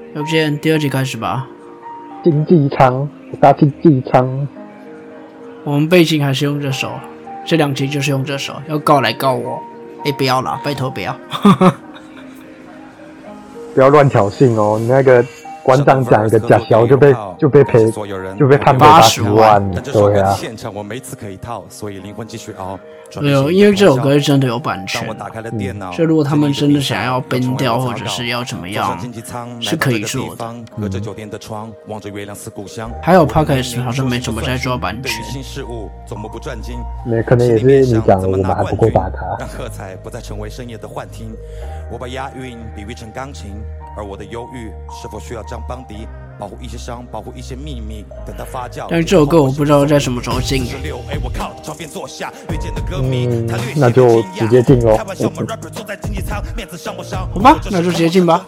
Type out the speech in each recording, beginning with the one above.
有见第二集开始吧。 经济舱，搭经济舱。 我们背景还是用这首，这2集就是用这首，要告来告我。不要啦，拜托不要。 不要乱挑衅哦！你那个馆长讲一个假销就被判赔80万，对啊。 没有，因为这首歌真的有版权，所以如果他们真的想要崩掉或者是要怎么样，是可以做的。还有 Podcast 好像没怎么在做版权， 可能也是你讲的，我们还不够打卡。 让喝彩不再成为深夜的幻听，我把押韵比喻成钢琴，而我的忧郁是否需要张邦迪？保护一些伤，保护一些秘密，等它发酵。 但是这首歌我不知道在什么时候进。 那就直接进咯。 好吧，那就直接进吧。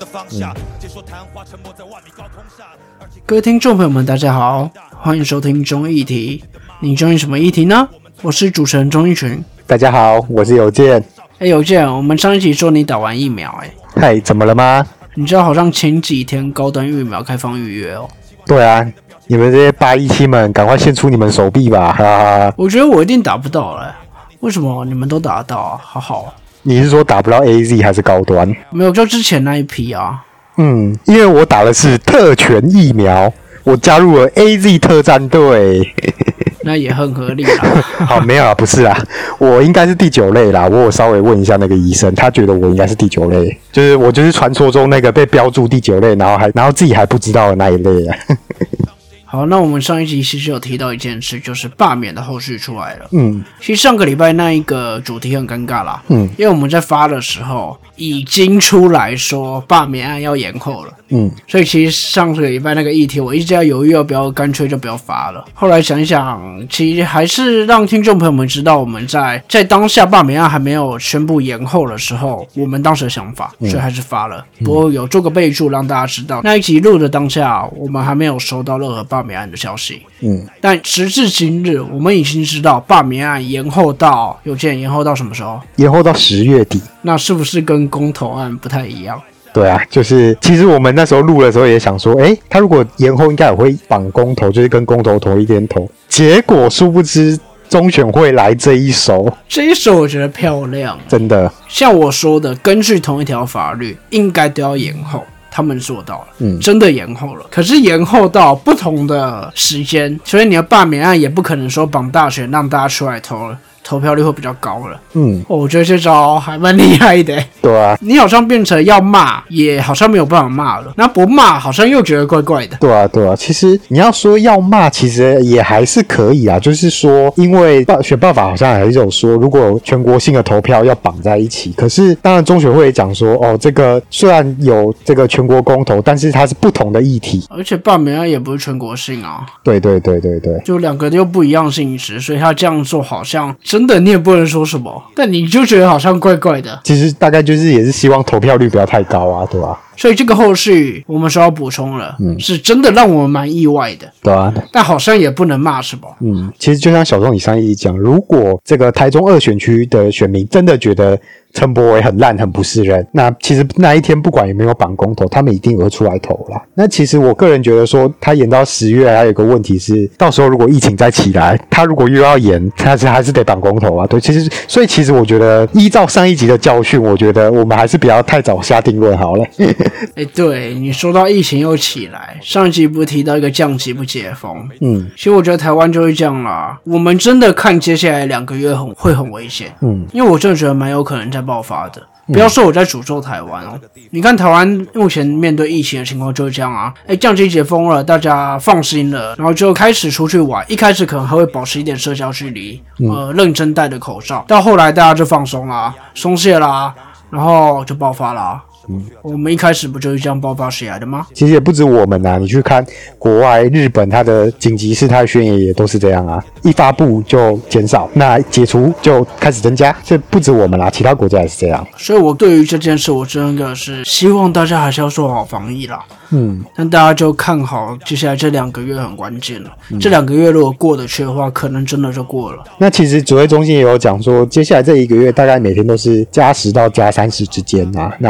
各位听众朋友们，大家好，欢迎收听中议题。你中意什么议题呢？我是主持人钟义群。 大家好，我是有健。 有健，我们上一集说你打完疫苗， 嗨，怎么了吗？ 你知道好像前几天高端疫苗开放预约哦。 对啊，你们这些817们赶快献出你们手臂吧，哈哈。 我觉得我一定打不到了，为什么你们都打得到啊？好好。 你是说打不到 AZ 还是高端？ 没有，就之前那一批啊。 因为我打的是特权疫苗，我加入了 AZ 特战队。 那也很合理啦。 好，没有啦，不是啦，我应该是第9类啦。我有稍微问一下那个医生，他觉得我应该是第9类，就是我就是传说中那个被标注第9类，然后自己还不知道的那一类啊。 好，那我们上一集其实有提到一件事，就是罢免的后续出来了。其实上个礼拜那一个主题很尴尬啦。因为我们在发的时候已经出来说罢免案要延后了。所以其实上个礼拜那个议题我一直在犹豫要不要干脆就不要发了。后来想一想，其实还是让听众朋友们知道我们在当下罢免案还没有宣布延后的时候，我们当时的想法，所以还是发了。不过有做个备注让大家知道，那一集录的当下我们还没有收到任何罢免案的消息。但时至今日，我们已经知道罢免案延后到延后到什么时候？ 延后到10月底。 那是不是跟公投案不太一样？ 对啊，就是其实我们那时候录的时候也想说，他如果延后应该也会绑公投，就是跟公投同一天投。结果殊不知中选会来这一手我觉得漂亮， 真的。像我说的，根据同一条法律，应该都要延后。他们做到了，真的延后了。可是延后到不同的时间，所以你的罢免案也不可能说绑大选让大家出来投了。投票率会比较高了。我觉得这招还蛮厉害的。 对啊， 你好像变成要骂，也好像没有办法骂了。那不骂，好像又觉得怪怪的。 对啊，其实你要说要骂，其实也还是可以啊。就是说，因为选办法好像还是有说，如果全国性的投票要绑在一起，可是当然中选会也讲说，这个虽然有这个全国公投，但是它是不同的议题， 而且罢免案也不是全国性啊。 对， 就2个又不一样性质，所以他这样做好像。真的你也不能说什么，但你就觉得好像怪怪的。 其实大概就是也是希望投票率不要太高啊，对吧？ 所以这个后续我们说要补充了，是真的让我们蛮意外的。 对啊，但好像也不能骂什么。 其实就像小钟你上一集讲，如果这个台中2选区的选民真的觉得陈柏惟很烂很不是人，那其实那一天不管有没有绑公投，他们一定会出来投啦。那其实我个人觉得说他延到10月还有一个问题是，到时候如果疫情再起来，他如果又要延，他还是得绑公投啊。对，所以其实我觉得依照上一集的教训，我觉得我们还是不要太早下定论好了。 对，你说到疫情又起来，上一集不是提到一个降级不解封。其实我觉得台湾就会这样啦，我们真的看接下来2个月会很危险。因为我真的觉得蛮有可能在爆发的。不要说我在诅咒台湾哦，你看台湾目前面对疫情的情况就是这样啊，降级解封了，大家放心了，然后就开始出去玩，一开始可能还会保持一点社交距离，认真戴的口罩，到后来大家就放松啦，松懈啦，然后就爆发啦。我们一开始不就是这样爆发起来的吗？ 其实也不止我们啊，你去看国外日本，它的紧急事态宣言也都是这样啊，一发布就减少，那解除就开始增加，这不止我们啦，其他国家也是这样。 所以我对于这件事，我真的是希望大家还是要做好防疫啦。但大家就看好接下来这2个月很关键了。这2个月如果过得去的话，可能真的就过了。 那其实指挥中心也有讲说，接下来这1个月大概每天都是+10到+30之间啊。那他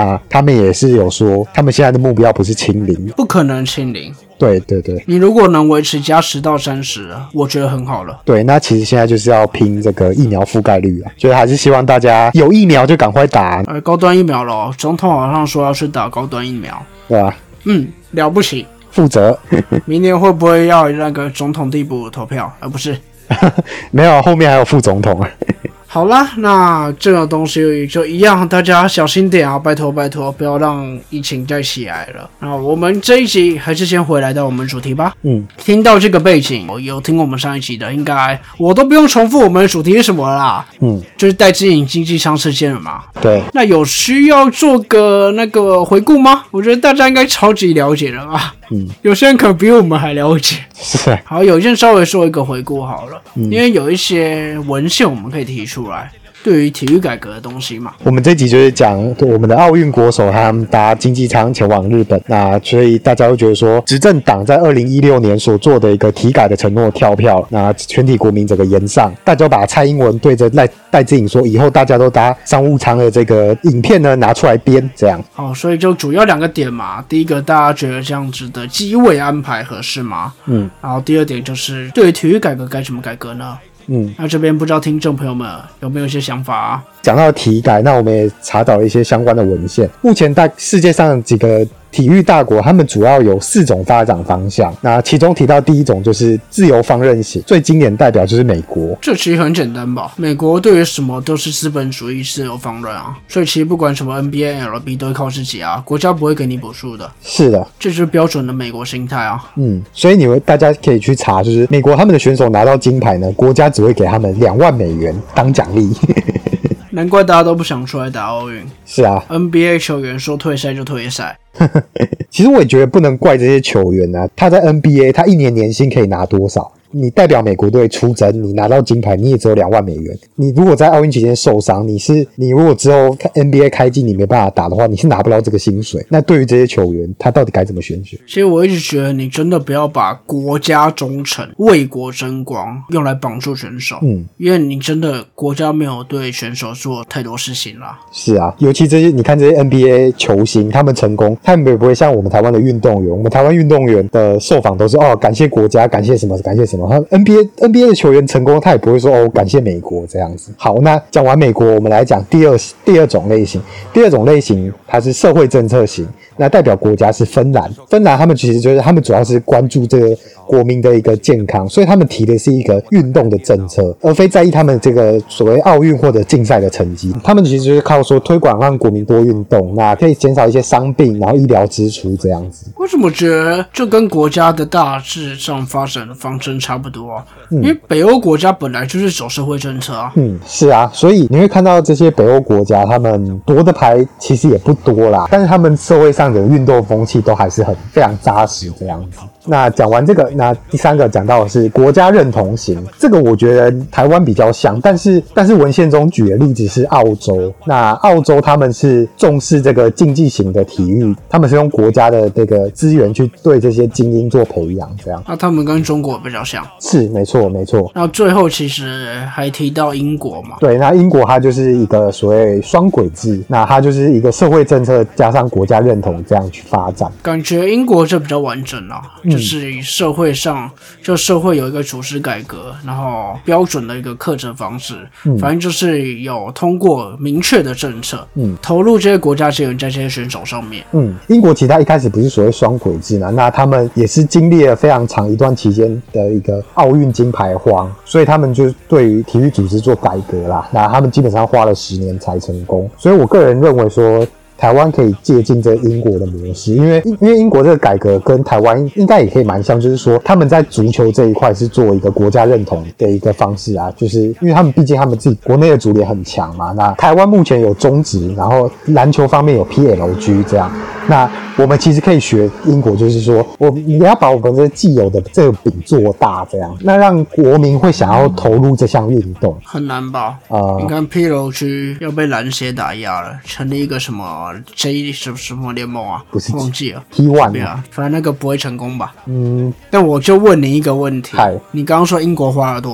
他们也是有说，他们现在的目标不是清零， 不可能清零。 对对对， 你如果能维持加10到30，我觉得很好了。 对，那其实现在就是要拼这个疫苗覆盖率啊，所以还是希望大家有疫苗就赶快打。 高端疫苗咯，总统好像说要去打高端疫苗， 对吧？ 了不起， 负责。 明年会不会要那个总统递补投票？不是， 没有，后面还有副总统。 好啦，那这个东西就一样，大家小心点啊，拜托拜托，不要让疫情再起来了。那我们这一集还是先回来到我们主题吧。听到这个背景，有听我们上一集的，应该我都不用重复我们的主题是什么了啦。就是戴资颖经济舱事件了嘛。 对， 那有需要做个那个回顾吗？我觉得大家应该超级了解了吧。有些人可能比我们还了解。 是。 好，有件稍微做一个回顾好了，因为有一些文献我们可以提出来。对于体育改革的东西嘛， 我们这集就是讲我们的奥运国手他们搭经济舱前往日本，那所以大家会觉得说，执政党在2016年所做的一个体改的承诺跳票，那全体国民整个延上，大家把蔡英文对着戴资颖说以后大家都搭商务舱的这个影片呢拿出来编，这样。 好，所以就主要2个点嘛，第一个大家觉得这样子的机位安排合适吗？然后第二点就是对于体育改革该怎么改革呢？那这边不知道听众朋友们有没有一些想法啊？ 讲到体改，那我们也查找了一些相关的文献。目前世界上几个体育大国，他们主要有4种发展方向。那其中提到第一种就是自由放任型，最经典代表就是美国。 这其实很简单吧？美国对于什么都是资本主义自由放任啊，所以其实不管什么 NBA、LB 都会靠自己啊，国家不会给你补助的。 是的， 这就是标准的美国心态啊。 所以大家可以去查，就是美国他们的选手拿到金牌呢，国家只会给他们2万美元当奖励。 难怪大家都不想出来打奥运。 是啊 ，NBA 球员说退赛就退赛。 其实我也觉得不能怪这些球员啊，他在 NBA 他1年年薪可以拿多少？你代表美国队出征，你拿到金牌，你也只有2万美元。你如果在奥运期间受伤，你如果之后 NBA 开季你没办法打的话，你是拿不到这个薪水。那对于这些球员，他到底该怎么选择？ 其实我一直觉得，你真的不要把国家忠诚、为国争光用来绑住选手。因为你真的国家没有对选手做太多事情啦。是啊，尤其你看这些 NBA 球星，他们成功，他们也不会像我们台湾的运动员。我们台湾运动员的受访都是感谢国家，感谢什么，感谢什么。NBA 的球员成功，他也不会说感谢美国这样子。好，那讲完美国，我们来讲第二种类型。第二种类型，它是社会政策型，那代表国家是芬兰。芬兰他们其实就是他们主要是关注这个国民的一个健康，所以他们提的是一个运动的政策，而非在意他们这个所谓奥运或者竞赛的成绩。他们其实就是靠说推广让国民多运动，那可以减少一些伤病，然后医疗支出这样子。 为什么觉得这跟国家的大致上发展的方针差不多啊？因为北欧国家本来就是走社会政策啊。 是啊，所以你会看到这些北欧国家，他们夺的牌其实也不多啦，但是他们社会上的运动风气都还是非常扎实这样子。那讲完这个，那第3个讲到的是国家认同型，这个我觉得台湾比较像，但是文献中举的例子是澳洲。那澳洲他们是重视这个竞技型的体育，他们是用国家的这个资源去对这些精英做培养，这样。 那他们跟中国比较像。 是，没错没错。 那最后其实还提到英国嘛。 对，那英国它就是一个所谓双轨制，那它就是一个社会政策加上国家认同这样去发展。 感觉英国这比较完整啊。就是社会上，就社会有一个组织改革，然后标准的一个课程方式，反正就是有通过明确的政策，投入这些国家资源在这些选手上面。 英国其实它一开始不是所谓双轨制嘛，那他们也是经历了非常长一段期间的一个奥运金牌荒，所以他们就对于体育组织做改革啦。那他们基本上花了10年才成功，所以我个人认为说，台湾可以借鉴这英国的模式，因为英国这个改革跟台湾应该也可以蛮像，就是说他们在足球这一块是做一个国家认同的一个方式啊，就是因为他们毕竟他们自己国内的足联很强嘛，那台湾目前有中职，然后篮球方面有 PLG 这样，那我们其实可以学英国，就是说你要把我们这既有的这个饼做大这样，那让国民会想要投入这项运动。 很难吧？你看 PLG 要被篮协打压了，成立一个什么J 什么联盟啊？ 不是， 忘记了 T1 对啊，反正那个不会成功吧？但我就问你一个问题，你刚刚说英国花了多久？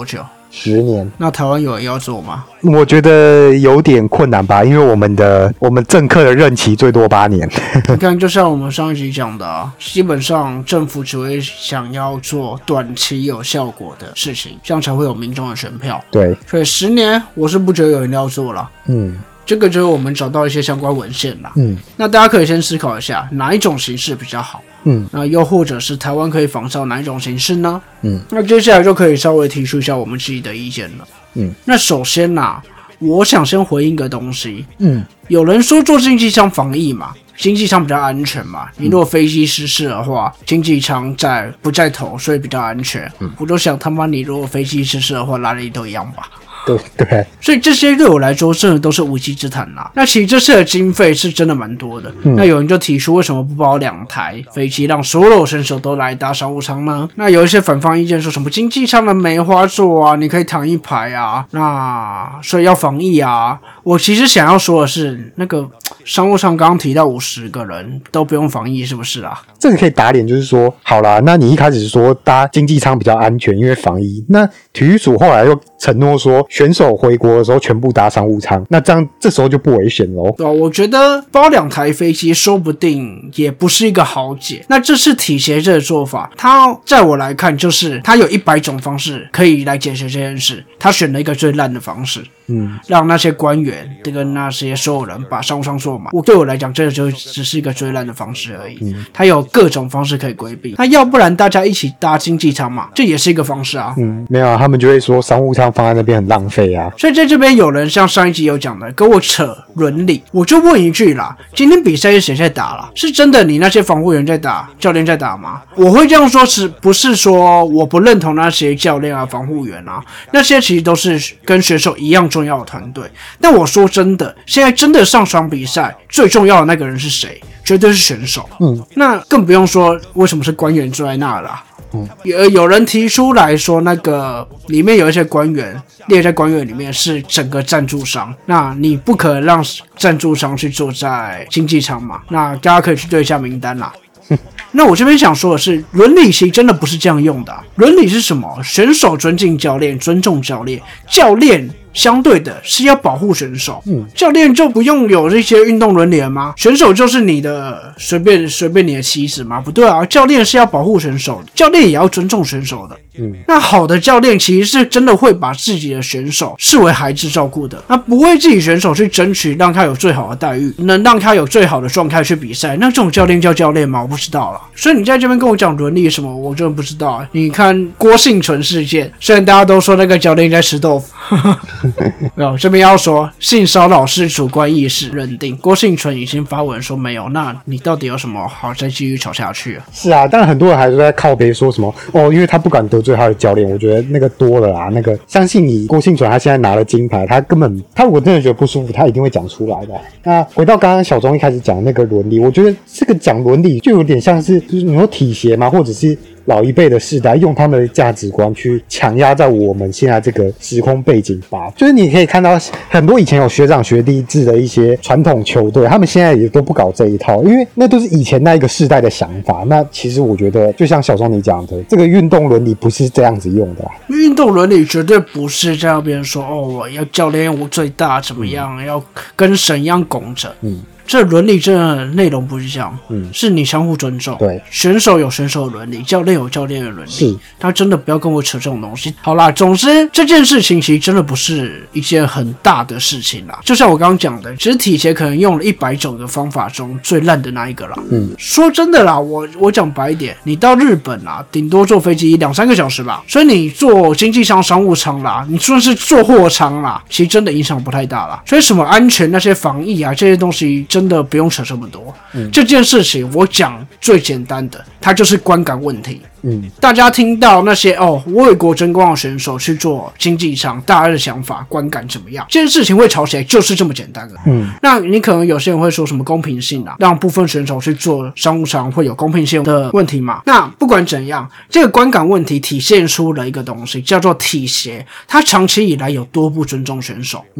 10年。 那台湾有人要做吗？ 我觉得有点困难吧，因为我们政客的任期最多8年。 你看，就像我们上一集讲的啊，基本上政府只会想要做短期有效果的事情，这样才会有民众的选票。 对， 所以10年我是不觉得有人要做了。这个就是我们找到一些相关文献啦。那大家可以先思考一下，哪一种形式比较好？那又或者是台湾可以仿照哪一种形式呢？那接下来就可以稍微提出一下我们自己的意见了。那首先啦，我想先回应一个东西。有人说做经济舱防疫嘛，经济舱比较安全嘛。你如果飞机失事的话，经济舱不在头，所以比较安全。我都想他妈，你如果飞机失事的话，哪里都一样吧。 对， 所以这些对我来说真的都是无稽之谈啦。那其实这次的经费是真的蛮多的。那有人就提出，为什么不包2台飞机，让所有选手都来搭商务舱呢？那有一些反方意见说什么经济舱的梅花座啊，你可以躺一排啊，那所以要防疫啊。我其实想要说的是，那个商务舱刚刚提到50个人都不用防疫，是不是啊？ 这个可以打脸，就是说，好啦，那你一开始说搭经济舱比较安全，因为防疫，那体育署后来又承诺说，选手回国的时候全部搭商务舱，那这时候就不危险咯。 对啊，我觉得包2台飞机说不定也不是一个好解。那这次体协这个做法，它在我来看就是它有100种方式可以来解决这件事，他选了一个最烂的方式。让那些官员跟那些所有人把商务舱坐满。对我来讲，这个就只是一个最烂的方式而已。它有各种方式可以规避。那要不然大家一起搭经济舱嘛，这也是一个方式啊。 没有啊，他们就会说商务舱放在那边很浪费啊。 所以在这边有人像上一集有讲的，跟我扯伦理，我就问一句啦：今天比赛是谁在打啦？是真的你那些防护员在打，教练在打吗？我会这样说，不是说我不认同那些教练啊、防护员啊，那些其实都是跟选手一样重要的团队。但我说真的，现在真的上场比赛最重要的那个人是谁？绝对是选手。那更不用说为什么是官员坐在那啦。有人提出来说，那个里面有一些官员列在官员里面是整个赞助商，那你不可能让赞助商去坐在经济舱嘛？那大家可以去对一下名单啦。那我这边想说的是，伦理其实真的不是这样用的。伦理是什么？选手尊敬教练，尊重教练，教练相对的是要保护选手。教练就不用有这些运动伦理了吗？选手就是你的随便你的妻子吗？不对啊，教练是要保护选手的，教练也要尊重选手的。那好的教练其实是真的会把自己的选手视为孩子照顾的，那不为自己选手去争取让他有最好的待遇，能让他有最好的状态去比赛，那这种教练叫教练吗？我不知道啦。所以你在这边跟我讲伦理什么，我真的不知道。你看郭婞淳事件，虽然大家都说那个教练在吃豆腐没有，这边要说性骚扰是主观意识认定，郭婞淳已经发文说没有，那你到底有什么好再继续吵下去啊？ 是啊，但很多人还是在靠北说什么因为他不敢得罪他的教练，我觉得那个多了啦。那个相信你，郭婞淳他现在拿了金牌，他如果真的觉得不舒服，他一定会讲出来的。那回到刚刚小钟一开始讲那个伦理，我觉得这个讲伦理就有点像是就是你说体协嘛，或者是老一辈的世代用他们的价值观去强压在我们现在这个时空背景吧。就是你可以看到很多以前有学长学弟制的一些传统球队，他们现在也都不搞这一套，因为那都是以前那一个世代的想法。那其实我觉得就像小钟你讲的，这个运动伦理不是这样子用的啦。 运动伦理绝对不是在那边说我要教练我最大怎么样，要跟神一样拱着。这伦理真的内容不是这样，是你相互尊重。 对， 选手有选手的伦理，教练有教练的伦理。 是， 他真的不要跟我扯这种东西。好啦，总之这件事情其实真的不是一件很大的事情啦。就像我刚刚讲的，其实体协可能用了100种的方法中最烂的那一个啦。说真的啦，我讲白一点，你到日本啦，顶多坐飞机2-3个小时吧。所以你坐经济舱、商务舱啦，你算是坐货舱啦，其实真的影响不太大啦。所以什么安全那些防疫啊这些东西，真的不用扯这么多。这件事情我讲最简单的，它就是观感问题。大家听到那些为国争光的选手去做经济舱，大家的想法观感怎么样？这件事情会吵起来就是这么简单的。那你可能有些人会说什么公平性啊，让部分选手去做商务舱会有公平性的问题嘛？那不管怎样，这个观感问题体现出了一个东西叫做体协，它长期以来有多不尊重选手。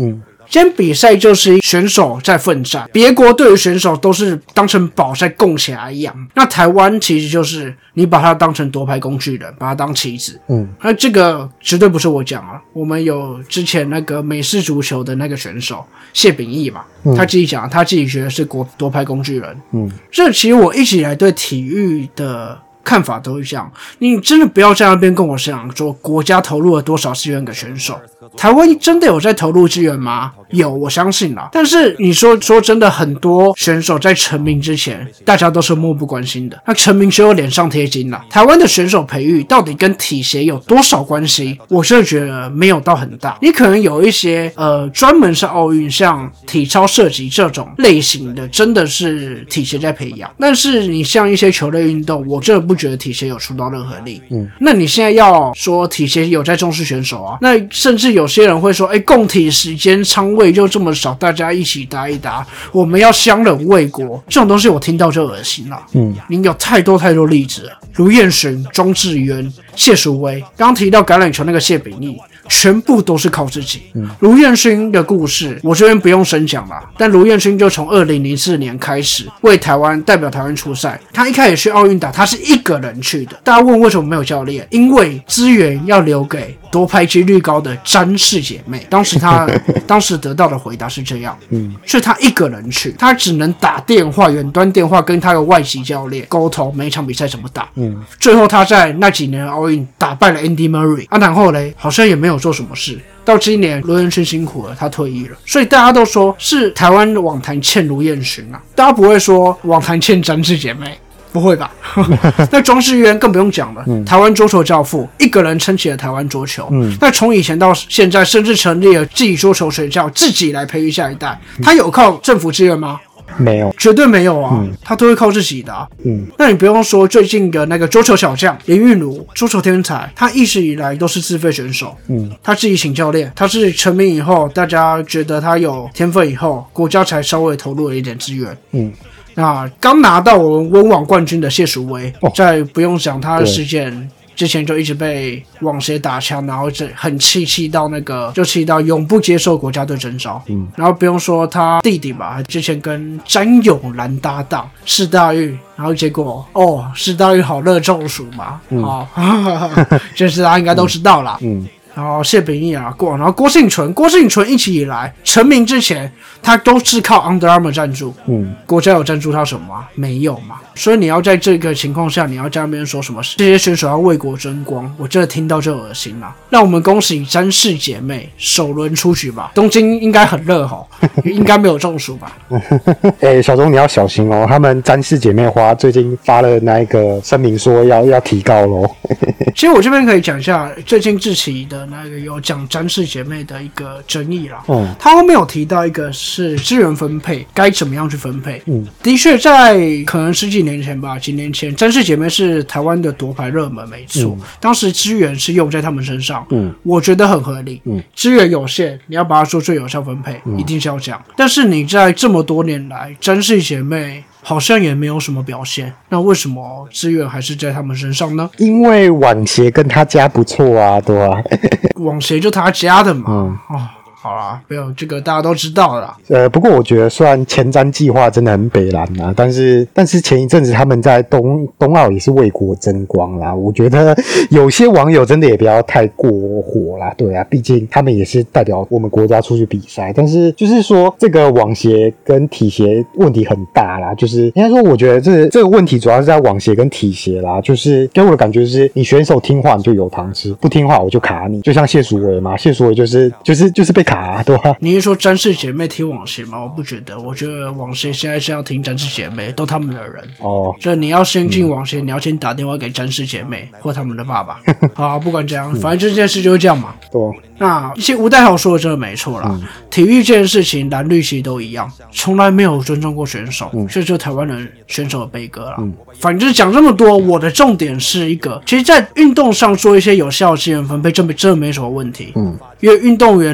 今天比赛就是选手在奋战，别国对于选手都是当成宝在供起来一样。那台湾其实就是你把它当成夺牌工具人，把它当棋子。那这个绝对不是我讲啊，我们有之前那个美式足球的那个选手谢秉义嘛，他自己讲，他自己觉得是夺牌工具人。这其实我一直以来对体育的看法都是这样，你真的不要在那边跟我讲说国家投入了多少资源给选手，台湾真的有在投入资源吗？有，我相信啦。但是你说真的，很多选手在成名之前，大家都是漠不关心的。那成名只有脸上贴金啦。台湾的选手培育到底跟体协有多少关系？我真的觉得没有到很大。你可能有一些专门是奥运，像体操、射击这种类型的，真的是体协在培养。但是你像一些球类运动，我真的不觉得体协有出到任何力。那你现在要说体协有在重视选手啊？那甚至有些人会说，共体时间仓位就这么少，大家一起打一打，我们要相忍为国，这种东西我听到就恶心了。你有太多例子了，卢彦勋、庄智渊、谢淑薇，刚提到橄榄球那个谢秉义，全部都是靠自己。卢彦勋的故事我这边不用深讲啦，但卢彦勋就从2004年开始为台湾代表台湾出赛，他一开始去奥运打，他是一个人去的。大家问为什么没有教练？因为资源要留给夺牌几率高的詹氏姐妹。当时得到的回答是这样，所以他一个人去，他只能打电话，远端电话跟他的外籍教练沟通每一场比赛怎么打。最后他在那几年的奥运打败了 Andy Murray，然后嘞好像也没有做什么事。到今年卢彦勋辛苦了，他退役了，所以大家都说是台湾网坛欠卢彦勋啊，大家不会说网坛欠詹氏姐妹。不会吧？那庄智渊更不用讲了，台湾桌球教父，一个人撑起了台湾桌球。那从以前到现在，甚至成立了自己桌球学校，自己来培育下一代。他有靠政府资源吗？ 没有， 绝对没有啊！他都会靠自己的啊。那你不用说最近的那个桌球小将林昱儒，桌球天才，他一直以来都是自费选手。他自己请教练，他是成名以后，大家觉得他有天分以后，国家才稍微投入了一点资源。那刚拿到我们温网冠军的谢淑薇，在不用讲他的事件之前就一直被网协打枪，然后很气到那个就气到永不接受国家队征召。然后不用说他弟弟吧，之前跟詹永兰搭档施大玉，然后结果施大玉好热中暑嘛，这是大家应该都知道啦。然后谢秉义啊，然后郭婞淳一直以来成名之前，他都是靠 Under Armour 赞助。国家有赞助他什么吗？没有嘛。所以你要在这个情况下，你要在那边说什么这些选手要为国争光，我真的听到就恶心了。让我们恭喜詹氏姐妹首轮出局吧，东京应该很热吼，应该没有中暑吧？ 小钟你要小心哦，他们詹氏姐妹花最近发了那一个声明说要提高咯。 其实我这边可以讲一下最近志祺的那个有讲詹氏姐妹的一个争议啦。他后面有提到一个是资源分配该怎么样去分配。的确在可能十几年前吧，几年前詹氏姐妹是台湾的夺牌热门没错，当时资源是用在他们身上，我觉得很合理。资源有限，你要把它做最有效分配，一定是要这样。但是你在这么多年来，詹氏姐妹好像也没有什么表现，那为什么资源还是在他们身上呢？ 因为网协跟他家不错啊，对吧？ 网协就他家的嘛。好啦，没有这个大家都知道了啦。 不过我觉得虽然前瞻计划真的很北蓝啊，但是前一阵子他们在冬奥也是为国争光啦。我觉得有些网友真的也不要太过火啦，对啊，毕竟他们也是代表我们国家出去比赛。但是就是说这个网协跟体协问题很大啦，就是应该说我觉得这个问题主要是在网协跟体协啦，就是给我的感觉就是你选手听话你就有糖吃，不听话我就卡你，就像谢淑薇嘛，谢淑薇就是被卡。对吧？ 你是说詹氏姐妹听网协吗？我不觉得，我觉得网协现在是要听詹氏姐妹，都他们的人所以你要先进网协，你要先打电话给詹氏姐妹或他们的爸爸。好，不管怎样，反正这件事就是这样嘛。 对。 那一些吴代豪说的真的没错啦。体育这件事情，蓝绿其实都一样，从来没有尊重过选手，这就是台湾人选手的悲歌啦。反正讲这么多，我的重点是一个，其实，在运动上做一些有效的资源分配，真的没什么问题。因为运动员的培育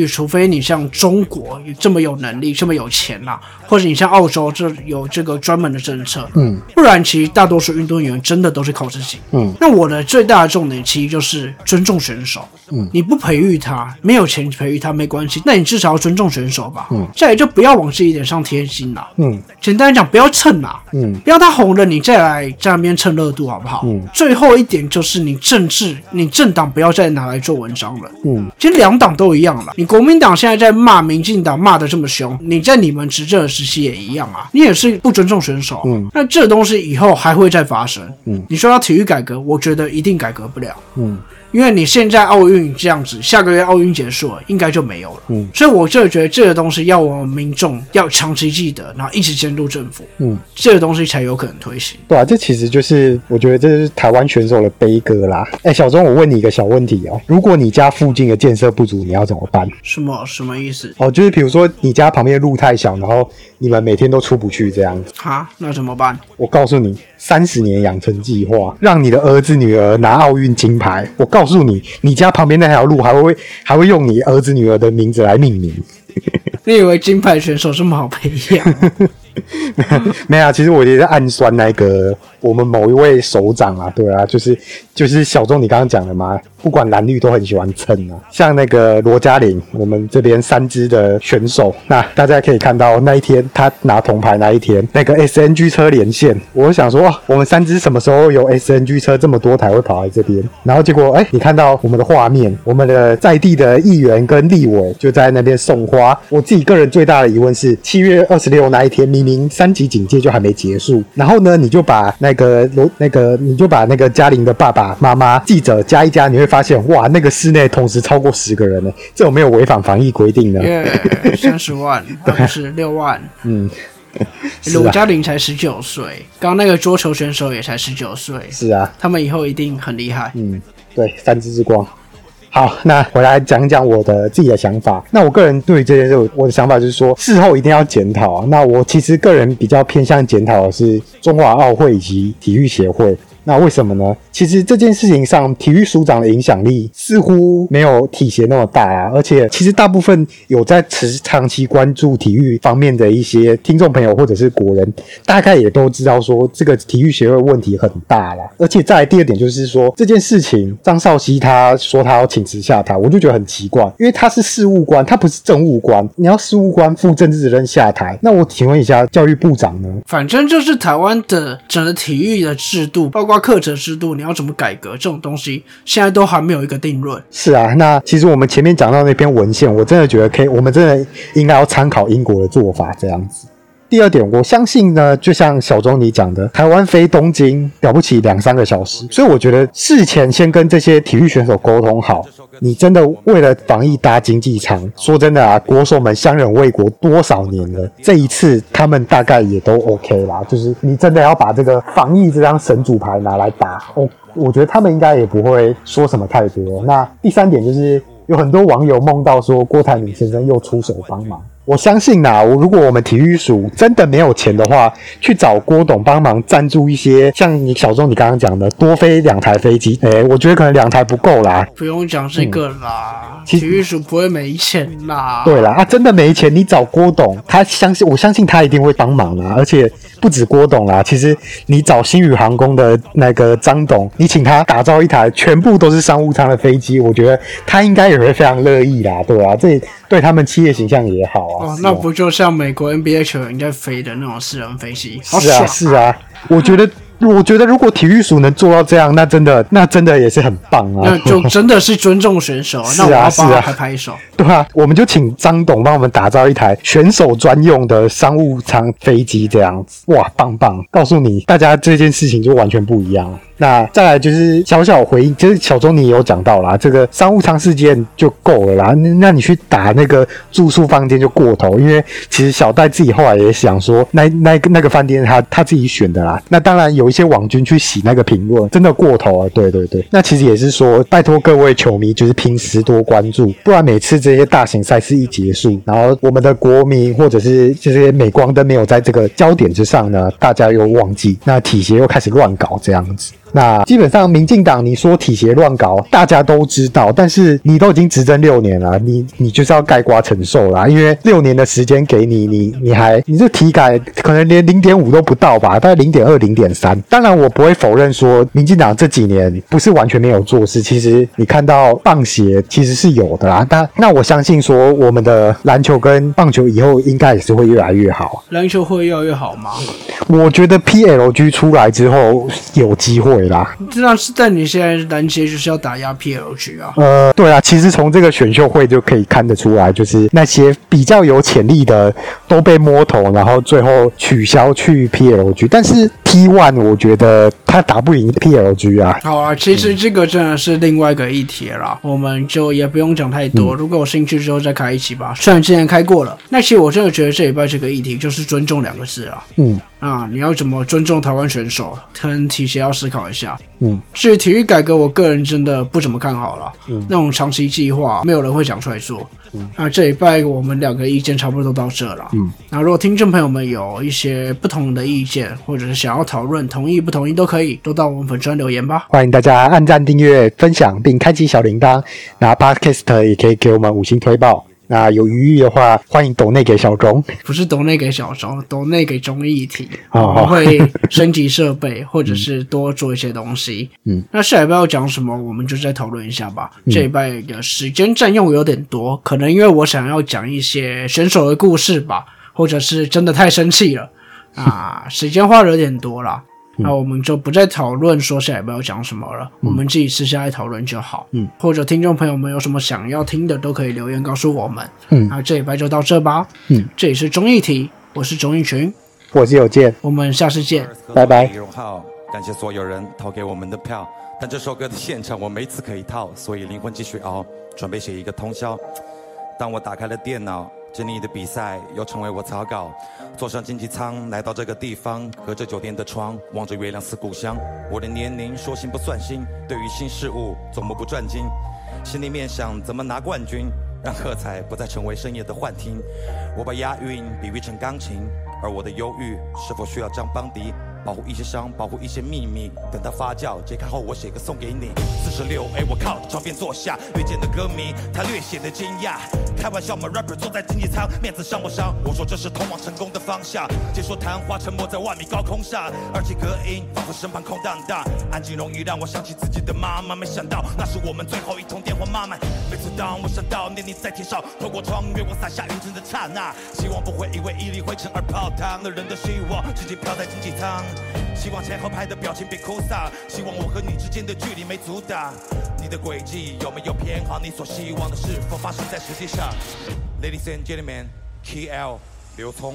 育，除非你像中国这么有能力、这么有钱啦，或者你像澳洲这有这个专门的政策，不然其实大多数运动员真的都是靠自己。那我的最大的重点其实就是尊重选手。你不培育他，没有钱培育他没关系，那你至少要尊重选手吧。再来就不要往自己脸上贴金啦。简单来讲，不要蹭啦。不要他红了，你再来在那边蹭热度，好不好？最后一点就是你政治、你政党不要再拿来做文章了。其实两党都一样了。你国民党现在在骂民进党骂得这么凶，你在你们执政的时期也一样啊，你也是不尊重选手。那这东西以后还会再发生。你说要体育改革，我觉得一定改革不了。因为你现在奥运这样子，下个月奥运结束了，应该就没有了。所以我就觉得这个东西要我们民众要长期记得，然后一直监督政府，这个东西才有可能推行。 对啊，这其实就是我觉得这是台湾选手的悲歌啦。小钟，我问你一个小问题哦，如果你家附近的建设不足，你要怎么办？ 什么意思？ 就是比如说你家旁边的路太小，然后你们每天都出不去这样子。 那怎么办？ 我告诉你，30年养成计划，让你的儿子女儿拿奥运金牌。我告诉你，你家旁边那条路还会用你儿子女儿的名字来命名。 你以为金牌选手这么好培养？ 没有啊，其实我也是暗酸那个我们某一位首长啊，对啊，就是小钟你刚刚讲的嘛，不管蓝绿都很喜欢蹭啊。像那个罗嘉玲，我们这边3支的选手，那大家可以看到那一天他拿铜牌那一天，那个 SNG 车连线，我想说我们3支什么时候有 SNG 车这么多台会跑来这边？然后结果你看到我们的画面，我们的在地的议员跟立委就在那边送花。我自己个人最大的疑问是，7月26那一天明明3级警戒就还没结束，然后呢你就把那个嘉玲的爸爸妈妈记者加一加，你会发现哇，那个室内同时超过10个人呢，这有没有违反防疫规定呢 ？30万，不是6万。罗嘉玲才19岁，刚那个桌球选手也才19岁。 是啊， 他们以后一定很厉害。 对，3支之光。好，那回来讲讲我的自己的想法。那我个人对于这件事，我的想法就是说，事后一定要检讨。那我其实个人比较偏向检讨的是中华奥会以及体育协会。那为什么呢？其实这件事情上，体育署长的影响力似乎没有体协那么大啊。而且，其实大部分有在长期关注体育方面的一些听众朋友或者是国人，大概也都知道说这个体育协会问题很大啦。而且再来第二点就是说，这件事情张少熙他说他要请辞下台，我就觉得很奇怪，因为他是事务官，他不是政务官，你要事务官负政治责任下台。那我请问一下，教育部长呢？ 反正就是台湾的整个体育的制度，包括课程制度，你要怎么改革这种东西，现在都还没有一个定论。 是啊，那其实我们前面讲到那篇文献，我真的觉得我们真的应该要参考英国的做法这样子。第二点，我相信呢，就像小钟你讲的，台湾飞东京了不起2-3个小时，所以我觉得事前先跟这些体育选手沟通好，你真的为了防疫搭经济舱，说真的啊，国手们相忍为国多少年了，这一次他们大概也都 OK 啦，就是你真的要把这个防疫这张神主牌拿来打，我觉得他们应该也不会说什么太多。那第3点就是有很多网友梦到说郭台铭先生又出手帮忙。我相信如果我们体育署真的没有钱的话，去找郭董帮忙赞助一些，像小钟你刚刚讲的多飞2台飞机，我觉得可能2台不够啦。 不用讲这个啦，体育署不会没钱啦。 对啦，真的没钱，你找郭董，我相信他一定会帮忙啦。而且不止郭董啦，其实你找星宇航空的那个张董，你请他打造一台全部都是商务舱的飞机，我觉得他应该也会非常乐意啦，对啊，这对他们企业形象也好啊。 那不就像美国 NBA 球员在飞的那种私人飞机？ 是啊，是啊，我觉得如果体育署能做到这样，那真的也是很棒啊！ 那就真的是尊重选手。那我要帮他拍手。 对啊，我们就请张董帮我们打造一台选手专用的商务舱飞机，这样子，哇，棒棒！告诉你，大家这件事情就完全不一样了。那再来就是小小回应，就是小钟你也有讲到啦，这个商务舱事件就够了啦，那你去打那个住宿饭店就过头，因为其实小戴自己后来也想说，那个饭店他自己选的啦。那当然有一些网军去洗那个评论，真的过头了，对对对。那其实也是说，拜托各位球迷，就是平时多关注，不然每次这些大型赛事一结束，然后我们的国民或者是这些镁光灯没有在这个焦点之上呢，大家又忘记，那体协又开始乱搞这样子。 那基本上民进党你说体协乱搞，大家都知道，但是你都已经执政6年了，你就是要概括承受啦，因为6年的时间给你，你这体改可能连 0.5 都不到吧，大概 0.2 0.3。当然我不会否认说民进党这几年不是完全没有做事，其实你看到棒协其实是有的啦，那我相信说我们的篮球跟棒球以后应该也是会越来越好。 篮球会越来越好吗？ 我觉得 PLG 出来之后有机会啦。 那是在你现在篮协就是要打压 PLG 啊？ 对啊，其实从这个选秀会就可以看得出来，就是那些比较有潜力的都被摸头，然后最后取消去 PLG。但是 T1 我觉得他打不赢 PLG 啊。 好啊，其实这个真的是另外一个议题啦，我们就也不用讲太多。如果有兴趣之后再开一期吧，虽然之前开过了。那其实我真的觉得这礼拜这个议题就是尊重2个字啊。你要怎么尊重台湾选手，可能体协要思考一下。至于体育改革，我个人真的不怎么看好了。那种长期计划，没有人会讲出来做。那这礼拜我们2个意见差不多都到这了。那如果听众朋友们有一些不同的意见，或者是想要讨论，同意不同意都可以，都到我们粉专留言吧。 欢迎大家按赞、订阅、分享，并开启小铃铛。那 Podcast 也可以给我们5星推爆。那有余裕的话，欢迎抖内给小钟， 不是抖内给小钟，抖内给综艺体，我们会升级设备，或者是多做一些东西。那下礼拜要讲什么，我们就再讨论一下吧。这礼拜的时间占用有点多，可能因为我想要讲一些选手的故事吧，或者是真的太生气了时间花了有点多啦。那我们就不再讨论说下礼拜要讲什么了，我们自己私下来讨论就好。或者听众朋友们有什么想要听的，都可以留言告诉我们。那这礼拜就到这吧。这里是综艺题，我是钟义群， 我是有健， 我们下次见， 拜拜。 感谢所有人投给我们的票，但这首歌的现场我没词可以套，所以灵魂继续熬，准备写一个通宵。当我打开了电脑，这你的比赛又成为我草稿，坐上经济舱来到这个地方，隔着酒店的窗望着月亮思故乡。我的年龄说新不算新，对于新事物总目不转睛，心里面想怎么拿冠军，让喝彩不再成为深夜的幻听。我把押韵比喻成钢琴，而我的忧郁是否需要张邦迪保护一些伤，保护一些秘密，等它发酵揭开后我写个送给你。46我靠着床边坐下，遇见的歌迷他略显的惊讶，开玩笑吗 rapper 坐在经济舱，面子伤不伤？我说这是通往成功的方向，接说谈话沉默在万米高空上，耳机隔音仿佛身旁空荡荡，安静容易让我想起自己的妈妈，没想到那是我们最后一通电话。妈妈每次当我想到念你在天上，透过窗越过洒下云层的刹那，希望不会因为一粒灰尘而泡汤，那人的希望直接飘在经济舱，希望前后排的表情别哭丧，希望我和你之间的距离没阻挡，你的轨迹有没有偏好？你所希望的是否发生在实际上 ？Ladies and gentlemen, KL 刘聪。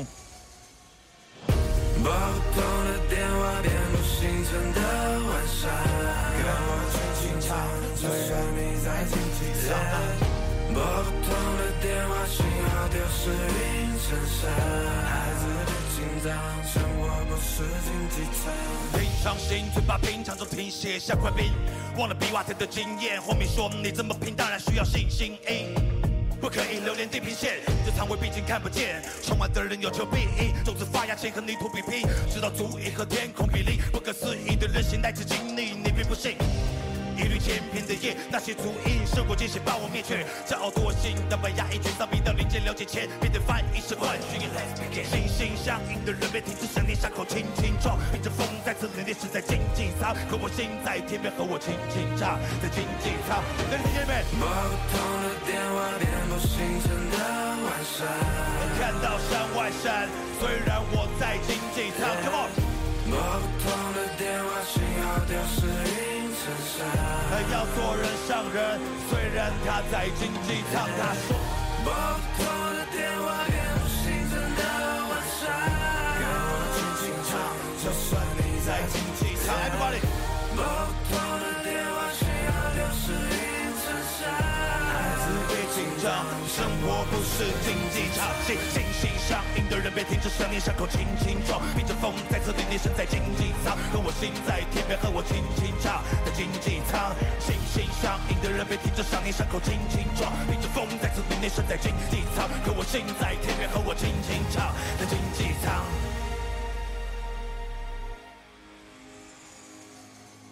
拨不通的电话，遍布星辰的晚上，跟我轻轻唱，就算你在经济舱。拨不通的电话，信号丢失云层上，孩子的紧张，生活不是经济舱。平常心，嘴巴平常就停写下快冰，忘了比瓦特的经验。后面说你这么拼，当然需要信心。不可以留连地平线，这仓位毕竟看不见，充满的人有求必应，种子发芽前和泥土比拼，直到足以和天空比邻，不可思议的韧性来自经历，你并不信。一缕千篇的夜，那些足印胜过艰险把我灭绝，骄傲惰性的把压抑全丧逼到临界了解前，变得翻译是冠军。心心相印的人别停止想念，伤口轻轻撞，迎着风再次凛冽是在经济舱，可我心在天边和我轻轻唱，在经济舱。Ladies and gentlemen， 拨不通的电话，遍布星辰的晚上，能看到山外山，虽然我在经济舱。Come on， 拨不通的电话，信号丢失云层上，他要做人上人，虽然他在经济舱。他说，拨不通的电话，遍布星辰的晚上，跟我轻轻唱，就算你在经济舱。Everybody， 拨不通的电话，信号丢失云层上，孩子别紧张，生活不是竞技场。心心相印的人别停止想念，伤口轻轻撞，迎着风再次凛冽身在经济舱，和我心在天边和我轻轻唱，在经济舱。心心相印的人别停止想念，伤口轻轻撞，迎着风再次凛冽身在经济舱，和我心在天边和我轻轻唱，在经济舱。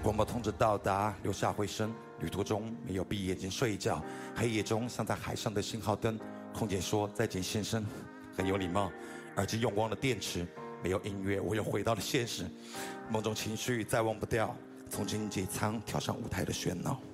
广播通知到达，留下回声。旅途中没有闭眼睛睡觉，黑夜中像在海上的信号灯。空姐说再见先生，很有礼貌。耳机用光了电池，没有音乐，我又回到了现实。梦中情绪再忘不掉，从经济舱跳上舞台的喧闹。